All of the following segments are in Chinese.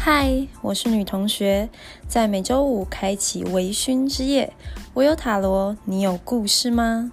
嗨，我是女同学，在每周五开启微醺之夜。我有塔罗，你有故事吗？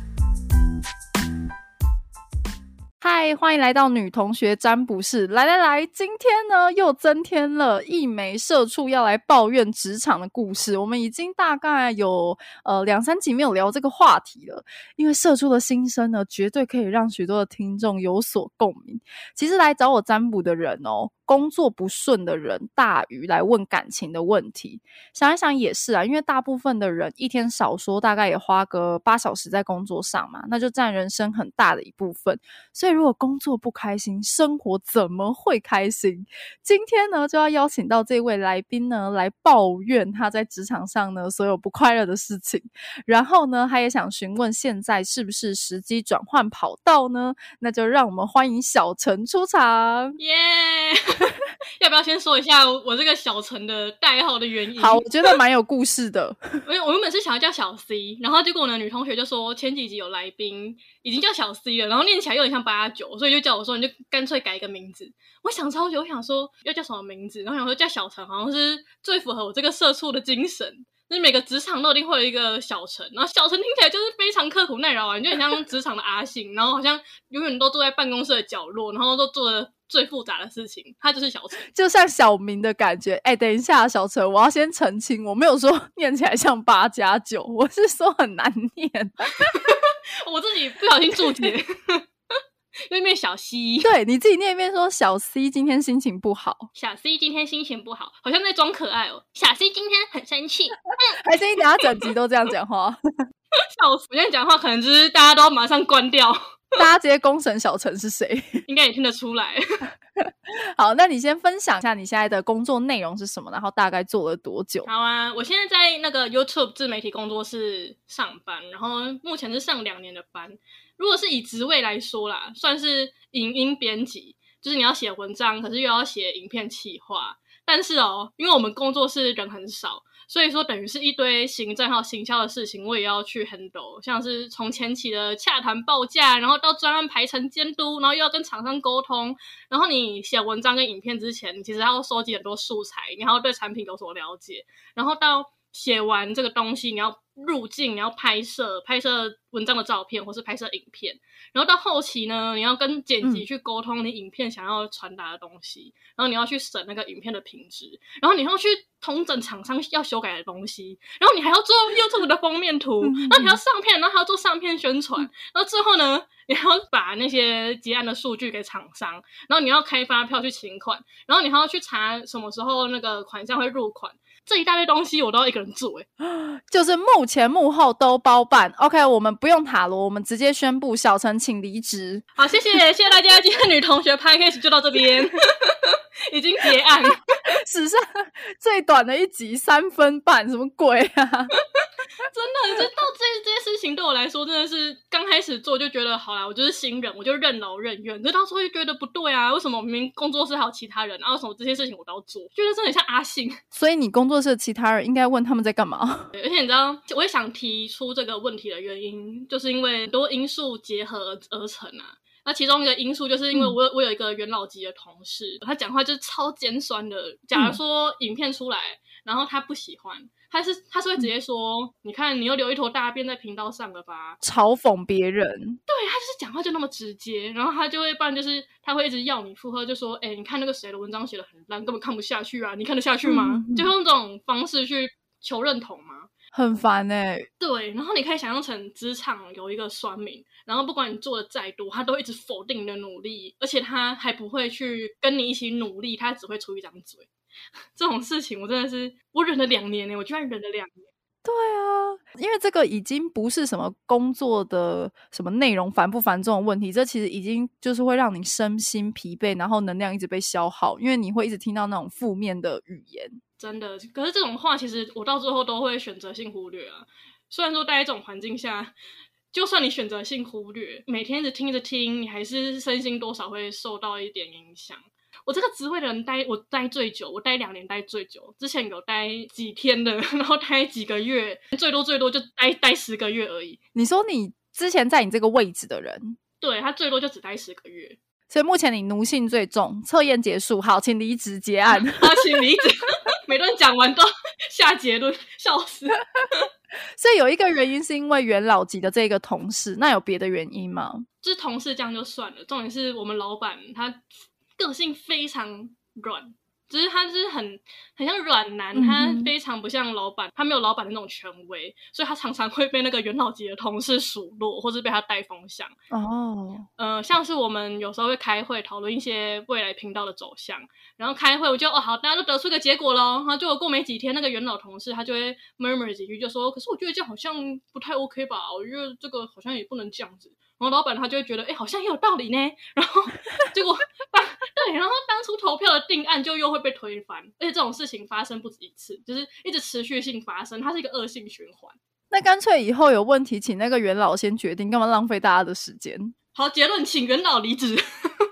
嗨，欢迎来到女同学占卜室。来，今天呢又增添了一枚社畜要来抱怨职场的故事。我们已经大概有2-3集没有聊这个话题了，因为社畜的心声呢，绝对可以让许多的听众有所共鸣。其实来找我占卜的人哦，工作不顺的人大于来问感情的问题。想一想也是啊，因为大部分的人一天少说大概也花个8小时在工作上嘛，那就占人生很大的一部分。所以如果工作不开心，生活怎么会开心？今天呢，就要邀请到这位来宾呢，来抱怨他在职场上呢所有不快乐的事情。然后呢，他也想询问现在是不是时机转换跑道呢？那就让我们欢迎小陈出场。 耶要不要先说一下我这个小陈的代号的原因？ 好，我觉得蛮有故事的。 我原本是想要叫小 C， 然后结果呢，女同学就说前几集有来宾已经叫小 C 了，然后念起来又很像89，所以就叫我说你就干脆改一个名字。我想超久，我想说要叫什么名字，然后想说叫小陈好像是最符合我这个社畜的精神。就是每个职场都一定会有一个小陈，然后小陈听起来就是非常刻苦耐劳啊，你就很像职场的阿信，然后好像永远都坐在办公室的角落，然后都做的最复杂的事情，他就是小陈， 就像小明的感觉。等一下小陈，我要先澄清，我没有说念起来像8+9，我是说很难念我自己不小心注解因为念小 C， 对，你自己念一遍说小 C 今天心情不好， 小 C 今天心情不好，好像在装可爱哦。小 C 今天很生气， 还是你等一下整集都这样讲话笑死！我现在讲话可能就是大家都要马上关掉， 大家直接公审小陈是谁应该也听得出来好，那你先分享一下你现在的工作内容是什么，然后大概做了多久？ 好啊，我现在在那个 YouTube 自媒体工作室上班，然后目前是上2年的班。如果是以职位来说啦，算是影音编辑，就是你要写文章，可是又要写影片企划。但是因为我们工作室人很少，所以说等于是一堆行政还有行销的事情我也要去 handle， 像是从前期的洽谈报价，然后到专案排程监督，然后又要跟厂商沟通，然后你写文章跟影片之前，你其实还要收集很多素材，你还要对产品有所了解，然后到写完这个东西，你要入镜，你要拍摄文章的照片或是拍摄影片，然后到后期呢，你要跟剪辑去沟通你影片想要传达的东西，然后你要去审那个影片的品质，然后你要去统整厂商要修改的东西，然后你还要做 YouTube 的封面图，然后你还要上片，然后还要做上片宣传，然后最后呢，你还要把那些结案的数据给厂商，然后你要开发票去请款，然后你还要去查什么时候那个款项会入款，这一大堆东西我都要一个人做就是幕前幕后都包办。 OK， 我们不用塔罗，我们直接宣布小陈请离职。 好，谢谢大家，今天女同学 Podcast 就到这边已经结案史上最短的一集3分半，什么鬼啊真的，就到这些事情对我来说真的是刚开始做就觉得好啦，我就是新人，我就任劳任怨，可到时候就觉得不对啊，为什么明明工作室还有其他人，然后为什么这些事情我都要做，觉得真的很像阿信。 所以你工作室的其他人应该问他们在干嘛。 而且你知道我也想提出这个问题的原因，就是因为很多因素结合而成啊。那其中一个因素就是因为我有一个元老级的同事，他讲话就是超尖酸的。假如说影片出来，然后他不喜欢，他是会直接说，你看你又留一坨大便在频道上了吧， 嘲讽别人。 对，他就是讲话就那么直接，然后他就会不然就是他会一直要你附和，就说你看那个谁的文章写得很烂，根本看不下去啊，你看得下去吗？就用这种方式去求认同嘛， 很烦对，然后你可以想象成职场有一个酸民，然后不管你做的再多，他都一直否定你的努力，而且他还不会去跟你一起努力，他只会出一张嘴。这种事情我真的是我忍了2年我居然忍了2年。 对啊，因为这个已经不是什么工作的什么内容繁不繁重的问题，这其实已经就是会让你身心疲惫，然后能量一直被消耗，因为你会一直听到那种负面的语言。 真的，可是这种话其实我到最后都会选择性忽略啊。虽然说待在这种环境下，就算你选择性忽略，每天一直听，你还是身心多少会受到一点影响。我这个职位的人我待最久，我待2年待最久，之前有待几天的，然后待几个月，最多就待10个月而已。 你说你之前在你这个位置的人， 对，他最多就只待10个月。 所以目前你奴性最重，测验结束，好，请离职结案。 好，请离职。每段讲完都下结论，笑死。 所以有一个原因是因为元老级的这个同事，那有别的原因吗？ 就是同事这样就算了，重点是我们老板他个性非常软，只是他就是很像软男，他非常不像老板，他没有老板的那种权威，所以他常常会被那个元老级的同事数落，或是被他带风向。像是我们有时候会开会讨论一些未来频道的走向，然后开会我就好，大家都得出一个结果咯，然后就过没几天，那个元老同事他就会 murmur 几句，就说可是我觉得这样好像不太 OK 吧，我觉得这个好像也不能这样子，然后老板他就会觉得好像也有道理呢，然后结果然后当初投票的定案就又会被推翻，而且这种事情发生不止一次，就是一直持续性发生，它是一个恶性循环。 那干脆以后有问题请那个元老先决定，干嘛浪费大家的时间？ 好，结论，请元老离职。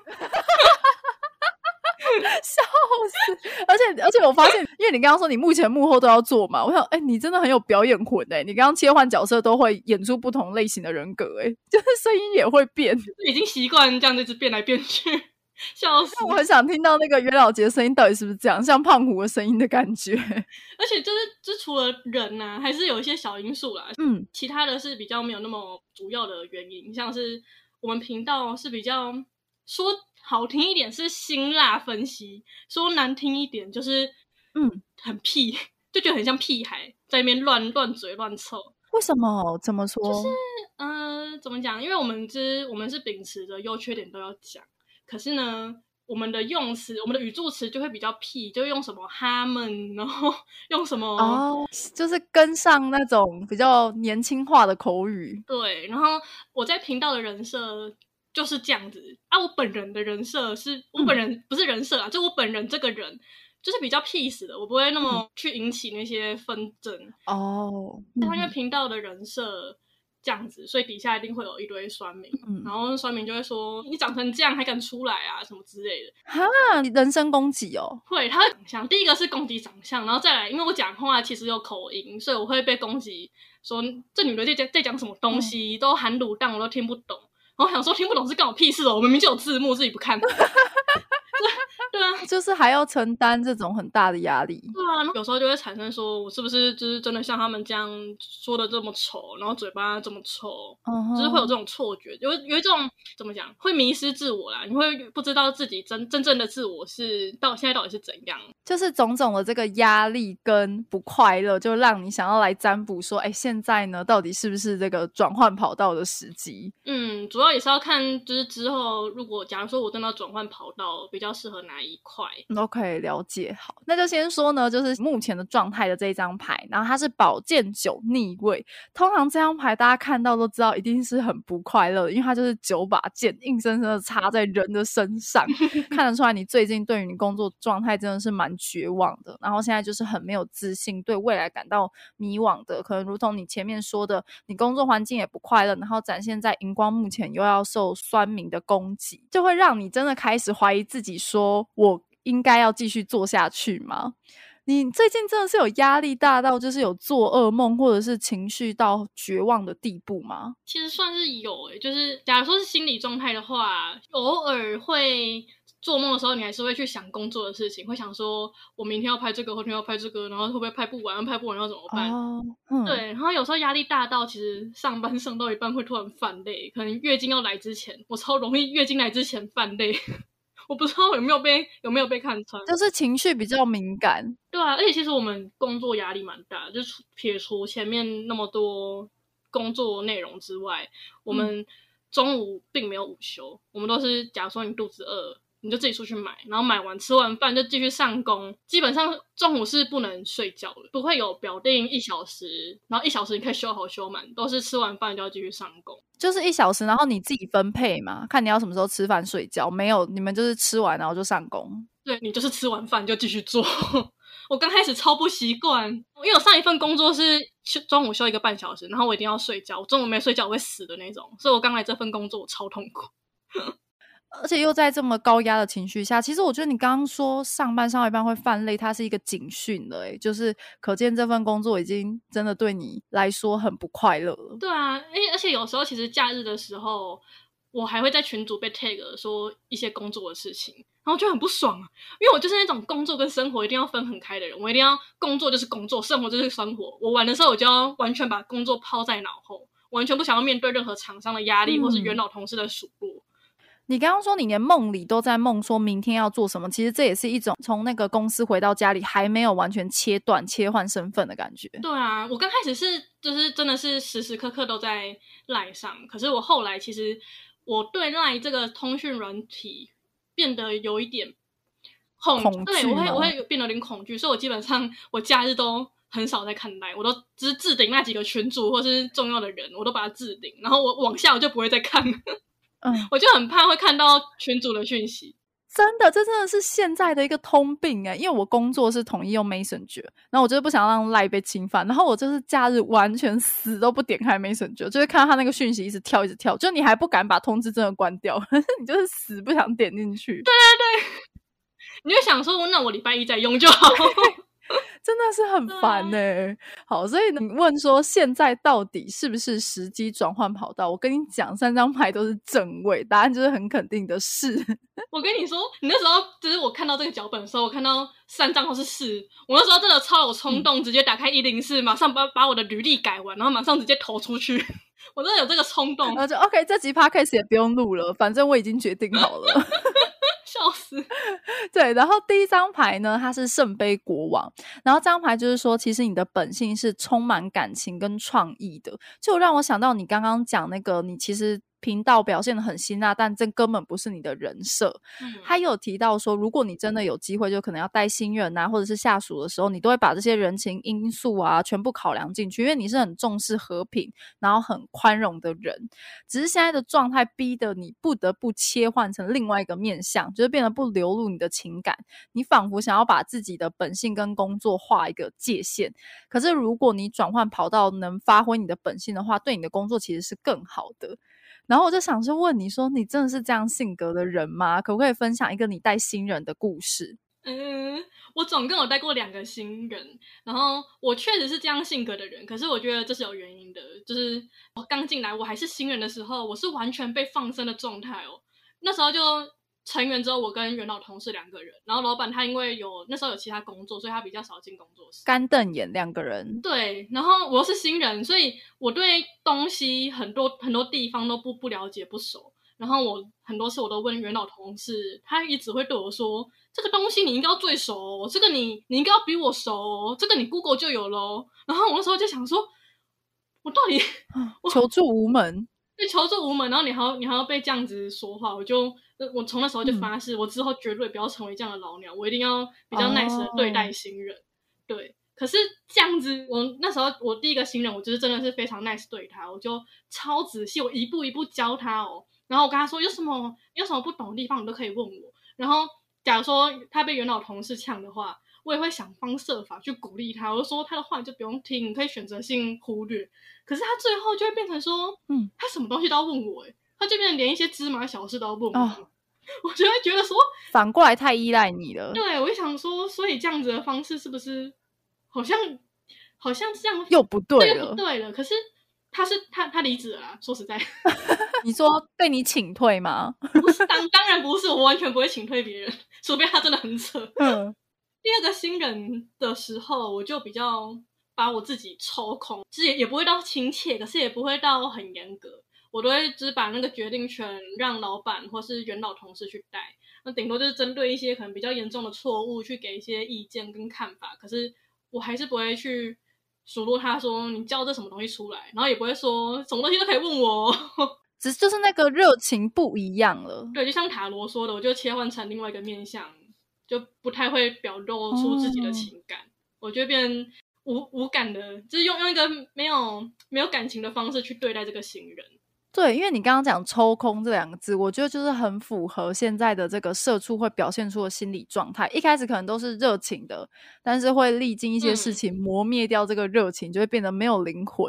笑死！而且我发现，因为你刚刚说你目前幕后都要做嘛，我想，你真的很有表演魂你刚刚切换角色都会演出不同类型的人格就是声音也会变， 已经习惯这样子一直变来变去，笑死！ 我很想听到那个元老级的声音到底是不是这样，像胖虎的声音的感觉。 而且就是除了人啊，还是有一些小因素啦，其他的是比较没有那么主要的原因，像是我们频道是比较说好听一点是辛辣分析，说难听一点就是很屁，就觉得很像屁孩在那边乱嘴乱凑。 为什么？怎么说？ 就是怎么讲？因为我们是秉持着优缺点都要讲，可是呢，我们的用词，我们的语助词就会比较屁，就用什么他们，然后用什么就是跟上那种比较年轻化的口语。 对，然后我在频道的人设就是这样子啊，我本人的人设是我本人不是人设啊，就我本人这个人就是比较 peace 的，我不会那么去引起那些纷争但因为频道的人设这样子，所以底下一定会有一堆酸民，然后酸民就会说你长成这样还敢出来啊什么之类的。 哈，你人身攻击哦？ 会，他会长相，第一个是攻击长相，然后再来因为我讲话其实有口音，所以我会被攻击说这女的在讲什么东西，都含卤蛋我都听不懂，然后想说听不懂是干我屁事哦，我明明就有字幕自己不看。对啊， 就是还要承担这种很大的压力。 对啊，有时候就会产生说我是不是就是真的像他们这样说的这么丑，然后嘴巴这么臭，就是会有这种错觉，有一种怎么讲，会迷失自我啦，你会不知道自己真正的自我是现在到底是怎样， 就是种种的这个压力跟不快乐，就让你想要来占卜说现在呢到底是不是这个转换跑道的时机。 主要也是要看就是之后如果假如说我真的要转换跑道比较适合哪一块。 OK， 了解。好，那就先说呢，就是目前的状态的这一张牌，然后它是宝剑9逆位。通常这张牌大家看到都知道一定是很不快乐的，因为它就是9把剑硬生生的插在人的身上看得出来你最近对于你工作状态真的是蛮绝望的，然后现在就是很没有自信，对未来感到迷惘的，可能如同你前面说的，你工作环境也不快乐，然后展现在荧光幕前又要受酸民的攻击，就会让你真的开始怀疑自己，说我应该要继续做下去吗？你最近真的是有压力大到就是有做噩梦或者是情绪到绝望的地步吗？ 其实算是有就是假如说是心理状态的话，偶尔会做梦的时候你还是会去想工作的事情，会想说我明天要拍这个，后天要拍这个，然后会不会拍不完，拍不完要怎么办对，然后有时候压力大到其实上班上到一半会突然犯累，可能月经要来之前，我超容易月经来之前犯累我不知道有没有被看穿， 就是情绪比较敏感。 对啊，而且其实我们工作压力蛮大，就是撇除前面那么多工作内容之外，我们中午并没有午休，我们都是假如说你肚子饿你就自己出去买，然后买完吃完饭就继续上工，基本上中午是不能睡觉的，不会有表定1小时，然后1小时你可以休好休满，都是吃完饭就要继续上工， 就是1小时，然后你自己分配嘛，看你要什么时候吃饭睡觉，没有你们就是吃完然后就上工。 对，你就是吃完饭就继续做我刚开始超不习惯，因为我上一份工作是中午休1个半小时，然后我一定要睡觉，我中午没睡觉我会死的那种，所以我刚来这份工作我超痛苦而且又在这么高压的情绪下，其实我觉得你刚刚说上班上到一半会犯累，它是一个警讯了就是可见这份工作已经真的对你来说很不快乐了。 对啊，而且有时候其实假日的时候我还会在群组被 tag 说一些工作的事情，然后就很不爽啊，因为我就是那种工作跟生活一定要分很开的人，我一定要工作就是工作，生活就是生活。我玩的时候我就要完全把工作抛在脑后，完全不想要面对任何厂商的压力，或是元老同事的数落。 你刚刚说你连梦里都在梦说明天要做什么，其实这也是一种从那个公司回到家里还没有完全切换身份的感觉。 对啊，我刚开始是就是真的是时时刻刻都在赖上，可是我后来其实我对赖这个通讯软体变得有一点恐惧，对，我会变得有点恐惧，所以我基本上我假日都很少在看赖，我都只置顶那几个群组或是重要的人，我都把它置顶，然后我往下我就不会再看了。我就很怕会看到群组的讯息。 真的，这真的是现在的一个通病因为我工作是统一用 Messenger， 然后我就是不想让 LINE 被侵犯，然后我就是假日完全死都不点开 Messenger， 就会看到他那个讯息一直跳，就你还不敢把通知真的关掉，你就是死不想点进去。 对，你就想说那我礼拜一再用就好。 真的是很烦好，所以你问说现在到底是不是时机转换跑道，我跟你讲3张牌都是正位，答案就是很肯定的是。 我跟你说，你那时候就是我看到这个脚本的时候，我看到3张都是4，我那时候真的超有冲动，直接打开104，马上把我的履历改完，然后马上直接投出去。我真的有这个冲动， 然后就 OK， 这集 Podcast 也不用录了，反正我已经决定好了。 笑死。 对，然后第一张牌呢，它是圣杯国王，然后这张牌就是说其实你的本性是充满感情跟创意的，就让我想到你刚刚讲那个你其实频道表现得很辛辣，但这根本不是你的人设。他有提到说如果你真的有机会就可能要带新人啊或者是下属的时候，你都会把这些人情因素啊全部考量进去，因为你是很重视和平然后很宽容的人，只是现在的状态逼得你不得不切换成另外一个面向，就是变得不流露你的情感，你仿佛想要把自己的本性跟工作画一个界限，可是如果你转换跑道能发挥你的本性的话，对你的工作其实是更好的。然后我就想说问你说，你真的是这样性格的人吗？可不可以分享一个你带新人的故事？ 我总共有带过2个新人，然后我确实是这样性格的人，可是我觉得这是有原因的，就是我刚进来我还是新人的时候，我是完全被放生的状态那时候就成员之后我跟元老同事2个人，然后老板他因为那时候有其他工作，所以他比较少进工作室， 干瞪眼2个人。 对，然后我又是新人，所以我对东西很多地方都不了解不熟，然后我很多次我都问元老同事，他也只会对我说这个东西你应该要最熟这个你应该要比我熟这个你 Google 就有咯。然后我那时候就想说我到底求助无门。 对，求助无门，然后你还要被这样子说话，我从那时候就发誓我之后绝对不要成为这样的老鸟，我一定要比较 nice 的对待新人。对，可是这样子我那时候我第一个新人我就是真的是非常 nice 对他，我就超仔细，我一步一步教他然后我跟他说有什么不懂的地方你都可以问我，然后假如说他被元老同事呛的话，我也会想方设法去鼓励他，我就说他的话你就不用听，你可以选择性忽略，可是他最后就会变成说他什么东西都要问我他就变成连一些芝麻小事都要问我我就会觉得说反过来太依赖你了。 对，我就想说所以这样子的方式是不是好像这样又不对了， 又不对了，可是他离职了啦，说实在你说被你请退吗？ 不是，当然不是，我完全不会请退别人，除非他真的很扯。第2个新人的时候我就比较把我自己抽空，就是也不会到亲切，可是也不会到很严格，我都会只把那个决定权让老板或是元老同事去带，那顶多就是针对一些可能比较严重的错误去给一些意见跟看法，可是我还是不会去数落他说你教这什么东西出来，然后也不会说什么东西都可以问我只是就是那个热情不一样了。 对，就像塔罗说的，我就切换成另外一个面向，就不太会表露出自己的情感，我就变无感的，就是用一个没有感情的方式去对待这个新人。 对，因为你刚刚讲抽空这2个字，我觉得就是很符合现在的这个社畜会表现出的心理状态，一开始可能都是热情的，但是会历经一些事情磨灭掉这个热情，就会变得没有灵魂。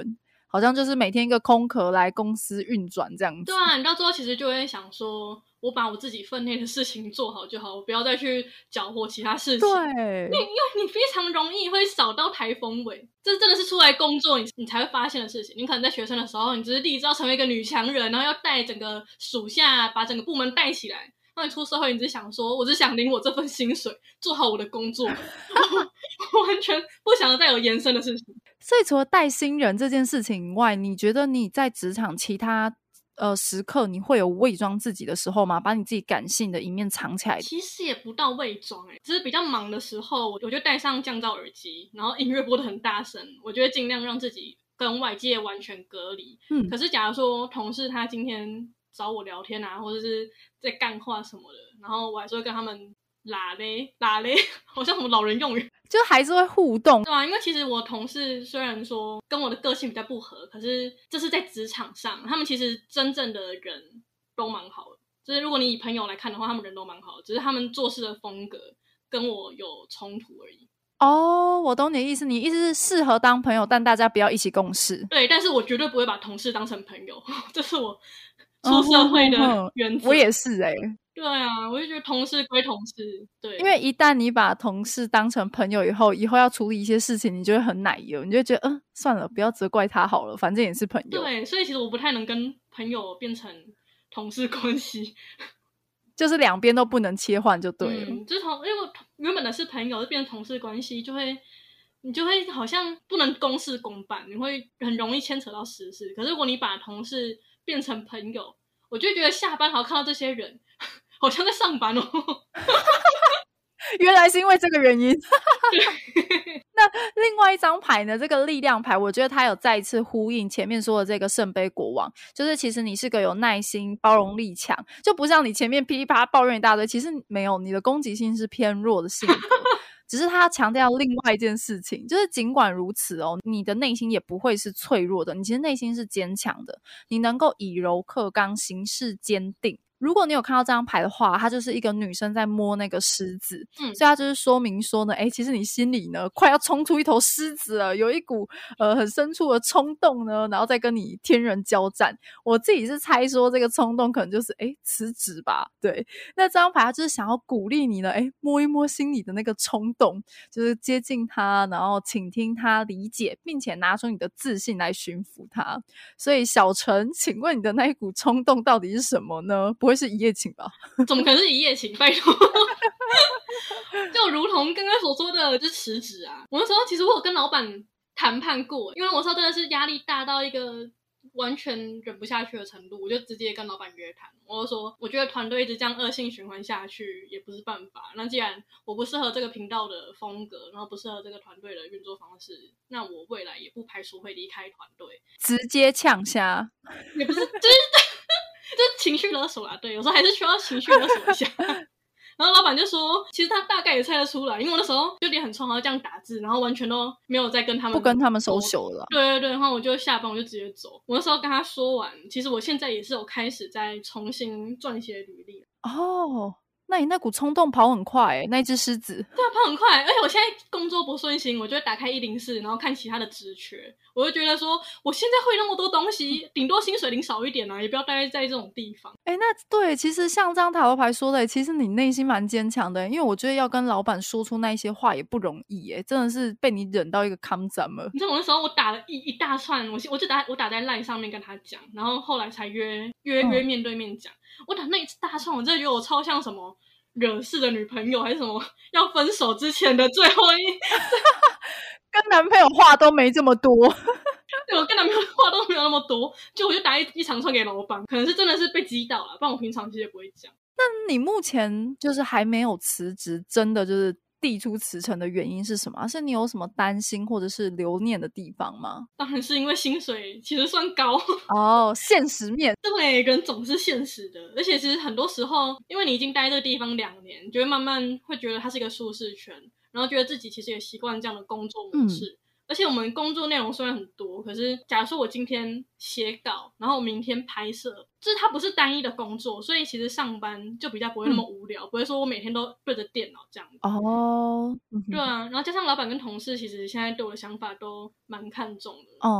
好像就是每天一个空壳来公司运转这样子。 对啊，你到最后其实就会想说，我把我自己分内的事情做好就好，我不要再去搅和其他事情。 对， 因为你非常容易会扫到台风尾，这真的是出来工作你才会发现的事情。你可能在学生的时候，你只是立志要成为一个女强人，然后要带整个属下，把整个部门带起来。那你出社会，你只想说，我只想领我这份薪水，做好我的工作，我完全不想要再有延伸的事情。 所以除了带新人这件事情以外，你觉得你在职场其他时刻你会有伪装自己的时候吗？把你自己感性的一面藏起来？ 其实也不到伪装只是比较忙的时候，我就戴上降噪耳机，然后音乐播得很大声，我就会尽量让自己跟外界完全隔离。可是假如说同事他今天找我聊天啊，或者是在干话什么的，然后我还是会跟他们拉嘞，好像什么老人用语， 就还是会互动。 对啊，因为其实我同事虽然说跟我的个性比较不合，可是这是在职场上，他们其实真正的人都蛮好的。就是如果你以朋友来看的话，他们人都蛮好的，只是他们做事的风格跟我有冲突而已。 哦，我懂你的意思，你意思是适合当朋友，但大家不要一起共事。 对，但是我绝对不会把同事当成朋友，这是我出社会的原则。 我也是对啊，我就觉得同事归同事，对， 因为一旦你把同事当成朋友以后要处理一些事情，你就会很奶油，你就会觉得算了，不要责怪他好了，反正也是朋友。 对，所以其实我不太能跟朋友变成同事关系， 就是两边都不能切换就对了。 就是因为我原本的是朋友，就变成同事关系，你就会好像不能公事公办，你会很容易牵扯到私事。可是如果你把同事变成朋友，我就觉得下班好看到这些人好像在上班哦。 原来是因为这个原因。那另外一张牌呢，这个力量牌，我觉得它有再一次呼应前面说的这个圣杯国王，就是其实你是个有耐心包容力强，就不像你前面噼里啪啦抱怨一大堆，其实没有，你的攻击性是偏弱的性格。只是他强调另外一件事情，就是尽管如此你的内心也不会是脆弱的，你其实内心是坚强的，你能够以柔克刚，行事坚定。如果你有看到这张牌的话，它就是一个女生在摸那个狮子，所以它就是说明说呢，其实你心里呢快要冲出一头狮子了，有一股很深处的冲动呢，然后再跟你天人交战。我自己是猜说这个冲动可能就是辞职吧。对，那这张牌它就是想要鼓励你呢，摸一摸心里的那个冲动，就是接近他，然后倾听他，理解，并且拿出你的自信来驯服他。所以小陈，请问你的那一股冲动到底是什么呢？不会是一夜情吧？ 怎么可能是一夜情？拜托。就如同刚刚所说的，就是辞职啊。我那时候其实我有跟老板谈判过，因为我那时候真的是压力大到一个完全忍不下去的程度，我就直接跟老板约谈，我就说我觉得团队一直这样恶性循环下去也不是办法，那既然我不适合这个频道的风格，然后不适合这个团队的运作方式，那我未来也不排除会离开团队。 直接呛瞎？ 也不是，就是情绪勒索啦，对，有时候还是需要情绪勒索一下。然后老板就说，其实他大概也猜得出来，因为我那时候就脸很臭，然后这样打字，然后完全都没有再跟他们不跟他们social了。 对，然后我就下班我就直接走。我那时候跟他说完，其实我现在也是有开始在重新撰写履历。 那你那股冲动跑很快那只狮子。 对啊，跑很快，而且我现在工作不顺心，我就会打开104，然后看其他的职缺，我就觉得说我现在会那么多东西，顶多薪水领少一点啊，也不要待在这种地方。 那对，其实像这张塔罗牌说的，其实你内心蛮坚强的，因为我觉得要跟老板说出那些话也不容易真的是被你忍到一个康展了。 你知道我那时候我打了一大串，我打在 LINE 上面跟他讲，然后后来才约面对面讲。我打那一大串，我真的觉得我超像什么惹事的女朋友，还是什么要分手之前的最后跟男朋友话都没这么多。 对，我跟男朋友话都没有那么多，我就打一长串给老板，可能是真的是被激到了，不然我平常其实也不会讲。 那你目前就是还没有辞职，真的就是递出辞呈的原因是什么？是你有什么担心或者是留念的地方吗？ 当然是因为薪水其实算高现实面。 对，人总是现实的，而且其实很多时候因为你已经待这个地方2年，你就会慢慢会觉得它是一个舒适圈，然后觉得自己其实也习惯这样的工作模式。而且我们工作内容虽然很多，可是假如说我今天写稿，然后我明天拍摄，就是它不是单一的工作，所以其实上班就比较不会那么无聊，不会说我每天都对着电脑这样子。对啊，然后加上老板跟同事其实现在对我的想法都蛮看重的。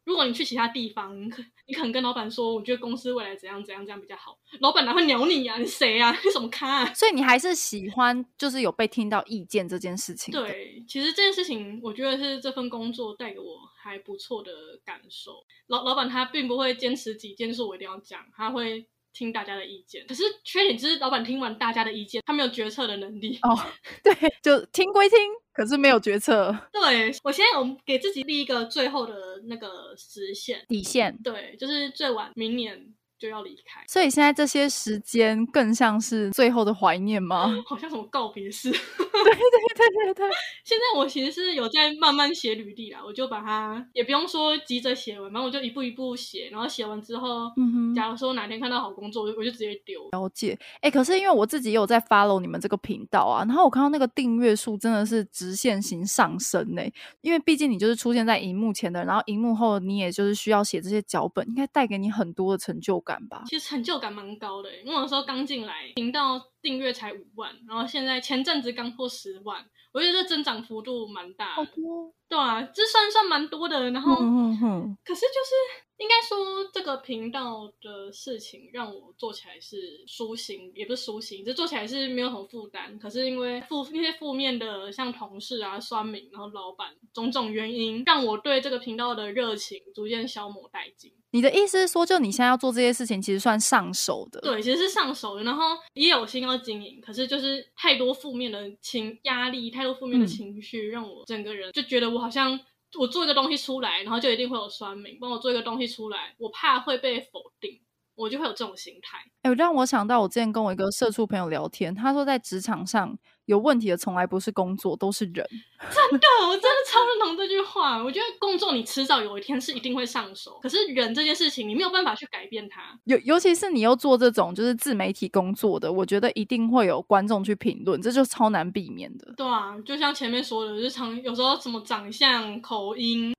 如果你去其他地方，你可能跟老板说，我觉得公司未来怎样怎样这样比较好，老板哪会鸟你啊？你谁啊？你什么咖啊？ 所以你还是喜欢就是有被听到意见这件事情的。 对，其实这件事情我觉得是这份工作带给我还不错的感受。老板他并不会坚持己见说我一定要讲，他会听大家的意见，可是缺点就是老板听完大家的意见，他没有决策的能力。 对，就听归听，可是没有决策。 对，我现在有给自己立一个最后的那个时限底线。 对，就是最晚明年就要离开。 所以现在这些时间更像是最后的怀念吗？ 好像什么告别式。 对。 现在我其实是有在慢慢写履历啦，我就把它也不用说急着写完，反正我就一步一步写，然后写完之后，假如说哪天看到好工作，我就直接丢。 了解。可是因为我自己也有在 follow 你们这个频道啊，然后我看到那个订阅数真的是直线型上升因为毕竟你就是出现在荧幕前的，然后荧幕后你也就是需要写这些脚本，应该带给你很多的成就感吧。 其实成就感蛮高的因为我那时候刚进来，频道订阅才5万，然后现在前阵子刚破10万，我觉得这增长幅度蛮大的。 好多。 对啊，这算蛮多的。然后可是就是应该说这个频道的事情让我做起来是舒心，也不是舒心，这做起来是没有什么负担。可是因为那些负面的像同事啊、酸民，然后老板种种原因，让我对这个频道的热情逐渐消磨殆尽。 你的意思是说，就你现在要做这些事情其实算上手的？对， 其实是上手的，然后也有心要经营，可是就是太多负面的压力，太多负面的情绪，让我整个人就觉得我好像我做一个东西出来，然后就一定会有酸民，帮我做一个东西出来，我怕会被否定，我就会有这种心态。 让我想到我之前跟我一个社畜朋友聊天，他说在职场上有问题的从来不是工作，都是人。 真的，我真的超认同这句话。我觉得工作你迟早有一天是一定会上手，可是人这件事情你没有办法去改变它。 尤其是你又做这种就是自媒体工作的，我觉得一定会有观众去评论，这就超难避免的。 对啊，就像前面说的，日常有时候什么长相、口音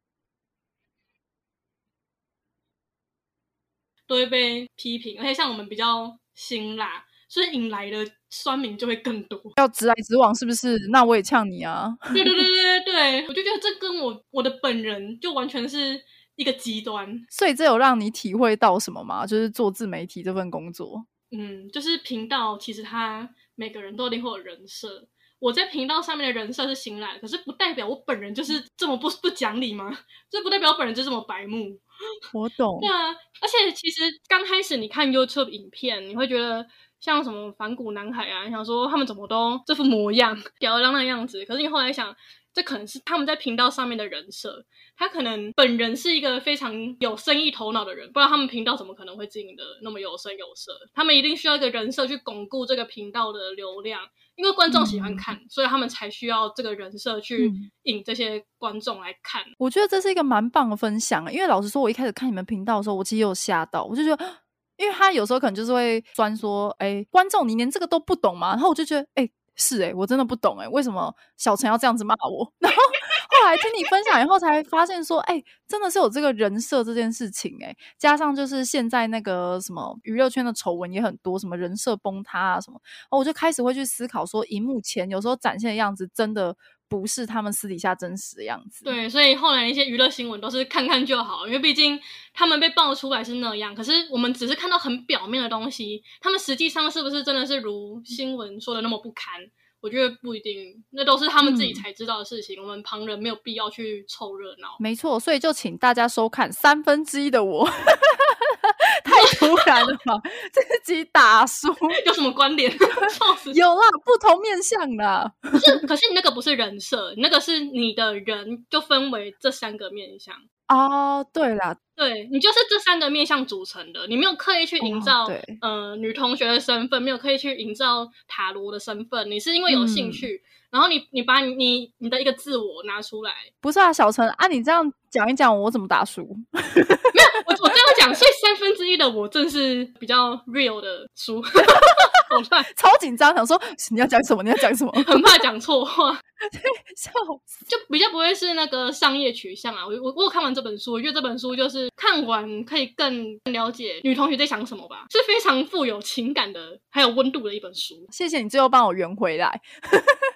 都会被批评，而且像我们比较辛辣，所以引来的酸民就会更多。 要直来直往是不是？那我也呛你啊。 对，我就觉得这跟我的本人就完全是一个极端。 所以这有让你体会到什么吗？就是做自媒体这份工作。 就是频道其实它每个人都一定会有人设，我在频道上面的人设是辛辣，可是不代表我本人就是这么不讲理吗？这不代表我本人就这么白目。 我懂。 对啊，而且其实刚开始你看 YouTube 影片，你会觉得像什么反骨男孩啊，你想说他们怎么都这副模样吊儿郎当的样子，可是你后来想这可能是他们在频道上面的人设，他可能本人是一个非常有生意头脑的人，不然他们频道怎么可能会经营的那么有声有色？他们一定需要一个人设去巩固这个频道的流量，因为观众喜欢看，所以他们才需要这个人设去引这些观众来看。 我觉得这是一个蛮棒的分享，因为老实说我一开始看你们频道的时候，我其实有吓到，我就觉得因为他有时候可能就是会专说观众你连这个都不懂吗？然后我就觉得我真的不懂为什么小陈要这样子骂我？然后后来听你分享以后才发现说真的是有这个人设这件事情加上就是现在那个什么娱乐圈的丑闻也很多，什么人设崩塌啊什么，我就开始会去思考说荧幕前有时候展现的样子真的不是他们私底下真实的样子。 对，所以后来一些娱乐新闻都是看看就好，因为毕竟他们被爆出来是那样，可是我们只是看到很表面的东西，他们实际上是不是真的是如新闻说的那么不堪，我觉得不一定，那都是他们自己才知道的事情，我们旁人没有必要去凑热闹。 没错，所以就请大家收看1/3的我。太突然了吧，自己打输有什么关联？ 有啦，不同面向啦。 可是你那个不是人设，你那个是你的人就分为这3个面向。 对啦， 对，你就是这3个面向组成的，你没有刻意去营造女同学的身份，没有刻意去营造塔罗的身份，你是因为有兴趣，然后你把你的一个自我拿出来。 不是啊，小陈你这样讲一讲我怎么打输？ 没有，我这样讲，所以1/3的我正是比较 real 的输。好烂， 超紧张，想说你要讲什么？你要讲什么？ 很怕讲错话。 笑死， 就比较不会是那个商业取向啊。我有看完这本书，我觉得这本书就是看完可以更了解女同学在想什么吧，是非常富有情感的还有温度的一本书。 谢谢你最后帮我圆回来。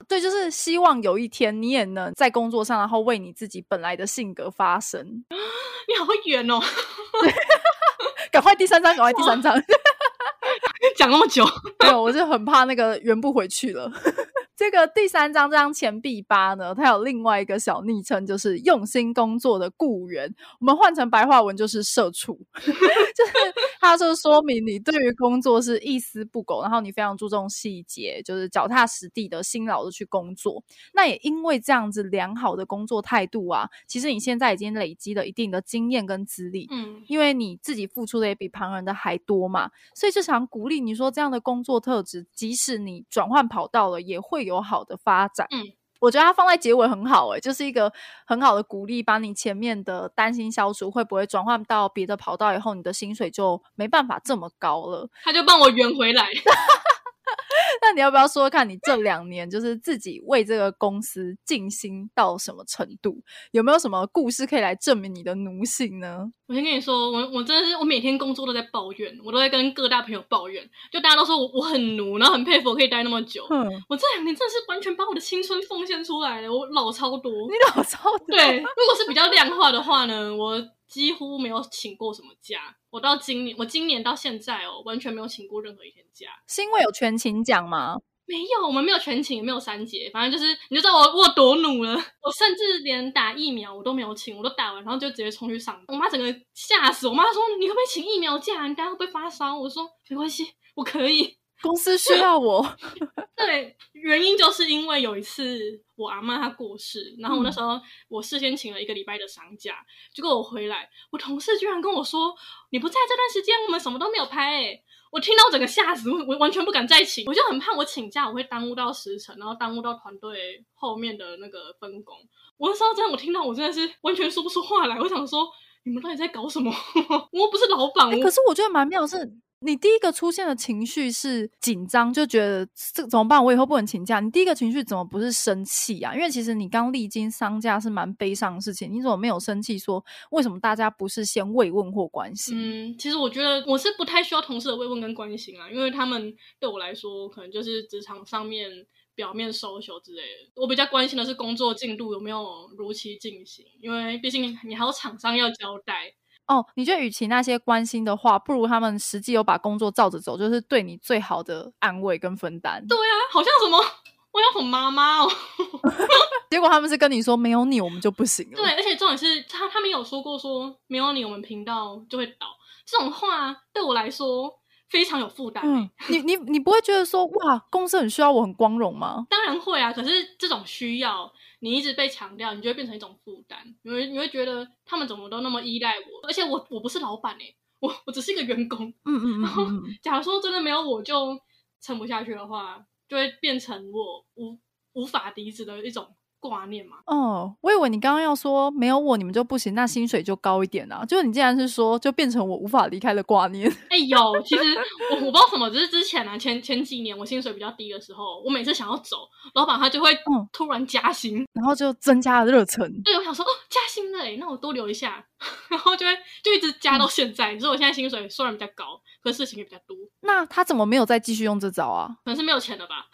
对，就是希望有一天你也能在工作上，然后为你自己本来的性格发声。 你好远哦赶快第三章，赶快第三章。 讲那么久。 没有，我是很怕那个圆不回去了。这个第三章这张钱币八呢，它有另外一个小昵称，就是用心工作的雇员，我们换成白话文就是社畜。就是它就说明你对于工作是一丝不苟，然后你非常注重细节，就是脚踏实地的辛劳的去工作。那也因为这样子良好的工作态度啊，其实你现在已经累积了一定的经验跟资历，因为你自己付出的也比旁人的还多嘛，所以就想鼓励你说，这样的工作特质，即使你转换跑道了，也会有好的发展。我觉得它放在结尾很好就是一个很好的鼓励，把你前面的担心消除，会不会转换到别的跑道以后，你的薪水就没办法这么高了。 他就帮我圆回来。 那你要不要说看你这2年就是自己为这个公司尽心到什么程度？有没有什么故事可以来证明你的奴性呢？ 我先跟你说，我真的是我每天工作都在抱怨，我都在跟各大朋友抱怨，就大家都说我很奴，然后很佩服我可以待那么久。我这2年真的是完全把我的青春奉献出来了，我老超多。 你老超多？ 对，如果是比较量化的话呢，我几乎没有请过什么假。我今年到现在完全没有请过任何一天假。 是因为有全勤奖吗？ 没有，我们没有全勤，也没有3节，反正就是你就知道我多努了。我甚至连打疫苗我都没有请，我都打完然后就直接冲去上班。我妈整个吓死，我妈说你可不可以请疫苗假？你等下会不会发烧？我说没关系，我可以。 公司需要我。 对，原因就是因为有一次我阿嬷她过世，然后我那时候我事先请了1个礼拜的丧假，结果我回来，我同事居然跟我说你不在这段时间我们什么都没有拍我听到整个吓死，我完全不敢再请，我就很怕我请假我会耽误到时程，然后耽误到团队后面的那个分工。我那时候真的我听到我真的是完全说不出话来，我想说你们到底在搞什么？我又不是老板。 可是我觉得蛮妙的是你第一个出现的情绪是紧张，就觉得这怎么办，我以后不能请假。你第一个情绪怎么不是生气啊？因为其实你刚历经丧假是蛮悲伤的事情，你怎么没有生气说为什么大家不是先慰问或关心？ 其实我觉得我是不太需要同事的慰问跟关心啊，因为他们对我来说可能就是职场上面表面social之类的。我比较关心的是工作进度有没有如期进行，因为毕竟你还有厂商要交代。 你觉得与其那些关心的话，不如他们实际有把工作照着走，就是对你最好的安慰跟分担。 对啊，好像什么我要哄妈妈结果他们是跟你说没有你我们就不行了。 对，而且重点是他们有说过说没有你我们频道就会倒，这种话对我来说非常有负担。 你不会觉得说哇公司很需要我很光荣吗？ 当然会啊，可是这种需要你一直被强调，你就会变成一种负担。你会觉得他们怎么都那么依赖我，而且我不是老板我只是一个员工。然后假如说真的没有我就撑不下去的话，就会变成我无法抵止的一种挂念嘛。 我以为你刚刚要说没有我你们就不行，那薪水就高一点啊，就你竟然是说就变成我无法离开的挂念。 有，其实我不知道什么，只是之前啊前几年我薪水比较低的时候，我每次想要走，老板他就会突然加薪， 然后就增加了热忱。 对，我想说加薪了那我多留一下，然后就一直加到现在。所以我现在薪水虽然比较高，可是事情也比较多。 那他怎么没有再继续用这招啊？ 可能是没有钱了吧。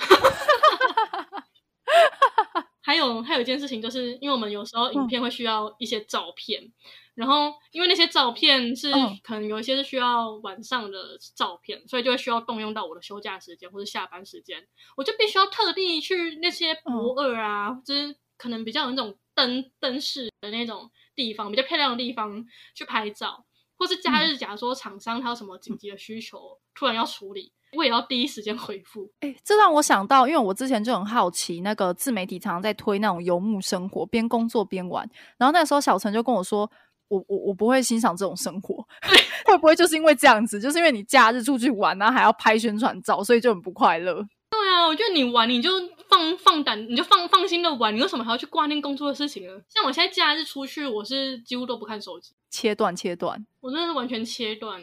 还有一件事情，就是因为我们有时候影片会需要一些照片，然后因为那些照片是可能有一些是需要晚上的照片，所以就会需要动用到我的休假时间或是下班时间，我就必须要特地去那些博二啊，就是可能比较有那种灯饰的那种地方，比较漂亮的地方去拍照，或是假日假如说厂商他有什么紧急的需求突然要处理，我也要第一时间回复。 这让我想到，因为我之前就很好奇，那个自媒体常常在推那种游牧生活，边工作边玩，然后那时候小陈就跟我说我不会欣赏这种生活。会不会就是因为这样子，就是因为你假日出去玩然后还要拍宣传照，所以就很不快乐？ 对啊，我觉得你玩你就放胆，你就放心的玩，你为什么还要去挂念工作的事情呢？像我现在假日出去，我是几乎都不看手机， 切断， 我真的是完全切断。不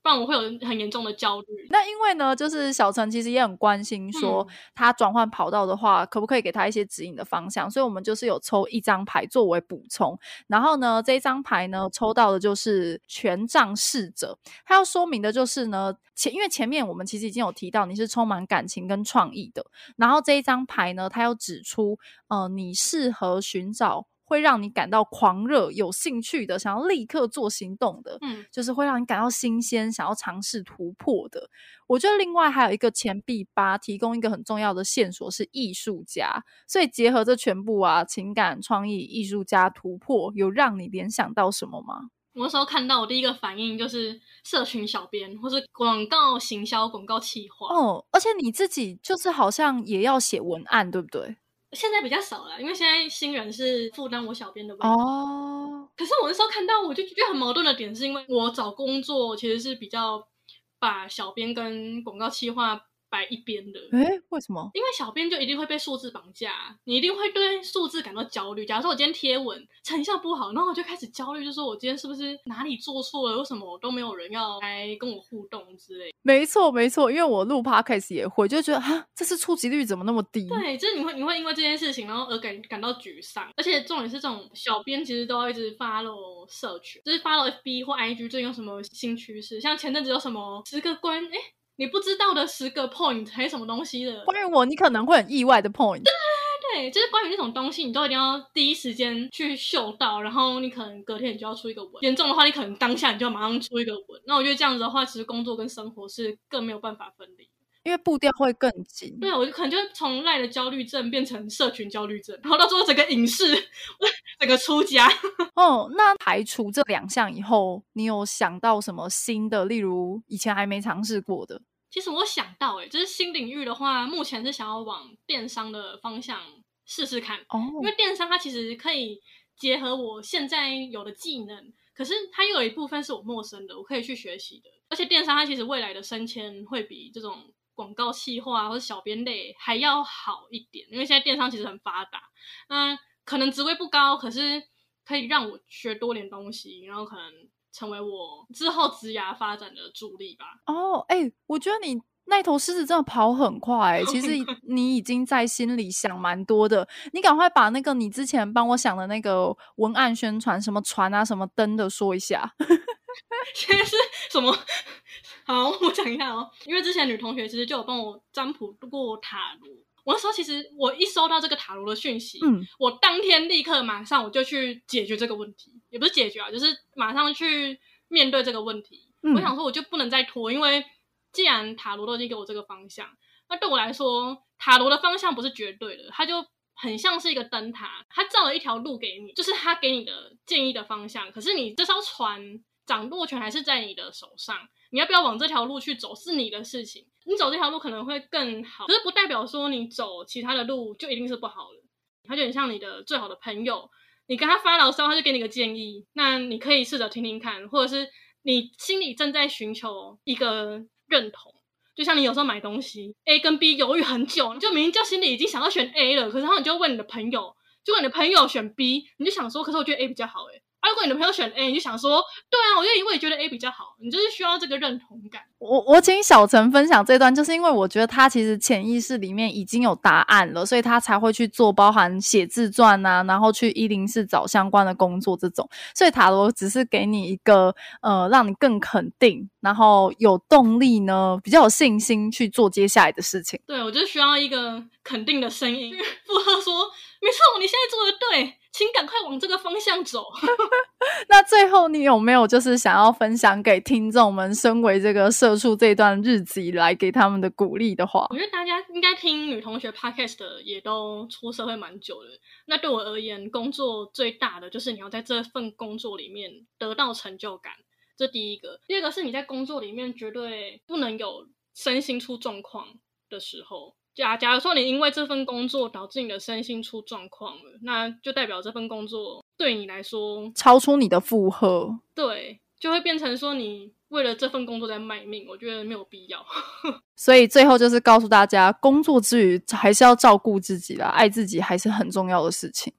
不然我会有很严重的焦虑。 那因为呢，就是小陈其实也很关心说他转换跑道的话，可不可以给他一些指引的方向，所以我们就是有抽一张牌作为补充。然后呢，这一张牌呢抽到的就是权杖侍者，他要说明的就是呢，因为前面我们其实已经有提到你是充满感情跟创意的，然后这一张牌呢，他又指出你适合寻找会让你感到狂热、有兴趣的，想要立刻做行动的，就是会让你感到新鲜，想要尝试突破的。我觉得另外还有一个钱币8提供一个很重要的线索是艺术家，所以结合这全部啊，情感、创意、艺术家、突破，有让你联想到什么吗？ 我那时候看到我第一个反应就是社群小编或是广告行销、广告企划。 而且你自己就是好像也要写文案，对不对？ 现在比较少了，因为现在新人是负担我小编的位置。可是我那时候看到我就觉得很矛盾的点是因为我找工作其实是比较把小编跟广告企划摆一边的。 为什么？ 因为小编就一定会被数字绑架，你一定会对数字感到焦虑。假如说我今天贴文成效不好，然后我就开始焦虑，就说我今天是不是哪里做错了，为什么我都没有人要来跟我互动之类。 没错没错，因为我录 podcast 也会就觉得这次触及率怎么那么低。 对，就是你会因为这件事情然后而感到沮丧。而且重点是这种小编其实都要一直 follow 社群，就是 follow FB 或 IG 最近有什么新趋势，像前阵子有什么10个你不知道的10个 point 还是什么东西的， 关于我你可能会很意外的 point。 对，就是关于那种东西你都一定要第一时间去嗅到，然后你可能隔天你就要出一个文，严重的话你可能当下你就要马上出一个文。那我觉得这样子的话其实工作跟生活是更没有办法分离， 因为步调会更紧。 对，我就可能就从赖的焦虑症变成社群焦虑症，然后到最后整个影视整个出家。 那排除这2项以后，你有想到什么新的，例如以前还没尝试过的？ 其实我想到就是新领域的话，目前是想要往电商的方向试试看。因为电商它其实可以结合我现在有的技能，可是它又有一部分是我陌生的，我可以去学习的。而且电商它其实未来的升迁会比这种广告企划或者小编类还要好一点，因为现在电商其实很发达。可能职位不高，可是可以让我学多点东西，然后可能成为我之后职涯发展的助力吧。 我觉得你那头狮子真的跑很快其实你已经在心里想蛮多的，你赶快把那个你之前帮我想的那个文案宣传什么船啊什么灯的说一下。 现在是什么？好，我讲一下因为之前女同学其实就有帮我占卜过塔罗。我那时候其实我一收到这个塔罗的讯息，我当天立刻马上我就去解决这个问题，也不是解决就是马上去面对这个问题。我想说我就不能再拖，因为既然塔罗都已经给我这个方向，那对我来说塔罗的方向不是绝对的，它就很像是一个灯塔，它照了一条路给你，就是它给你的建议的方向，可是你这艘船掌舵权还是在你的手上，你要不要往这条路去走是你的事情。你走这条路可能会更好，可是不代表说你走其他的路就一定是不好的。它就很像你的最好的朋友，你跟他发牢骚他就给你个建议，那你可以试着听听看，或者是你心里正在寻求一个认同。就像你有时候买东西 A 跟 B 犹豫很久，你就明明就心里已经想要选 A 了，可是然后你就问你的朋友，结果你的朋友选 B， 你就想说可是我觉得 A 比较好如果你的朋友选 A， 你就想说对啊，我也觉得 A 比较好，你就是需要这个认同感。 我请小陈分享这段，就是因为我觉得他其实潜意识里面已经有答案了，所以他才会去做包含写自传啊，然后去104找相关的工作这种。所以塔罗只是给你一个让你更肯定，然后有动力呢，比较有信心去做接下来的事情。 对，我就需要一个肯定的声音附和说没错，你现在做的对，请赶快往这个方向走。 那最后你有没有就是想要分享给听众们，身为这个社畜这段日子以来给他们的鼓励的话？ 我觉得大家应该听女同学 podcast 的也都出社会蛮久的，那对我而言工作最大的就是你要在这份工作里面得到成就感，这第一个。第二个是你在工作里面绝对不能有身心出状况的时候。假如说你因为这份工作导致你的身心出状况了，那就代表这份工作对你来说超出你的负荷， 对，就会变成说你为了这份工作在卖命，我觉得没有必要。 所以最后就是告诉大家，工作之余还是要照顾自己啦，爱自己还是很重要的事情。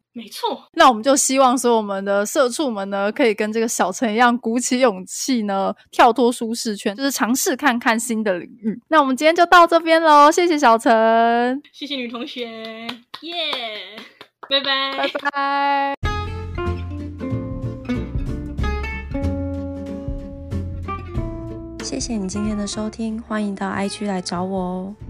没错， 那我们就希望说我们的社畜们呢，可以跟这个小陈一样，鼓起勇气呢，跳脱舒适圈，就是尝试看看新的领域。那我们今天就到这边咯，谢谢小陈， 谢谢女同学，耶、拜拜， 拜拜。 谢谢你今天的收听，欢迎到 IG 来找我哦。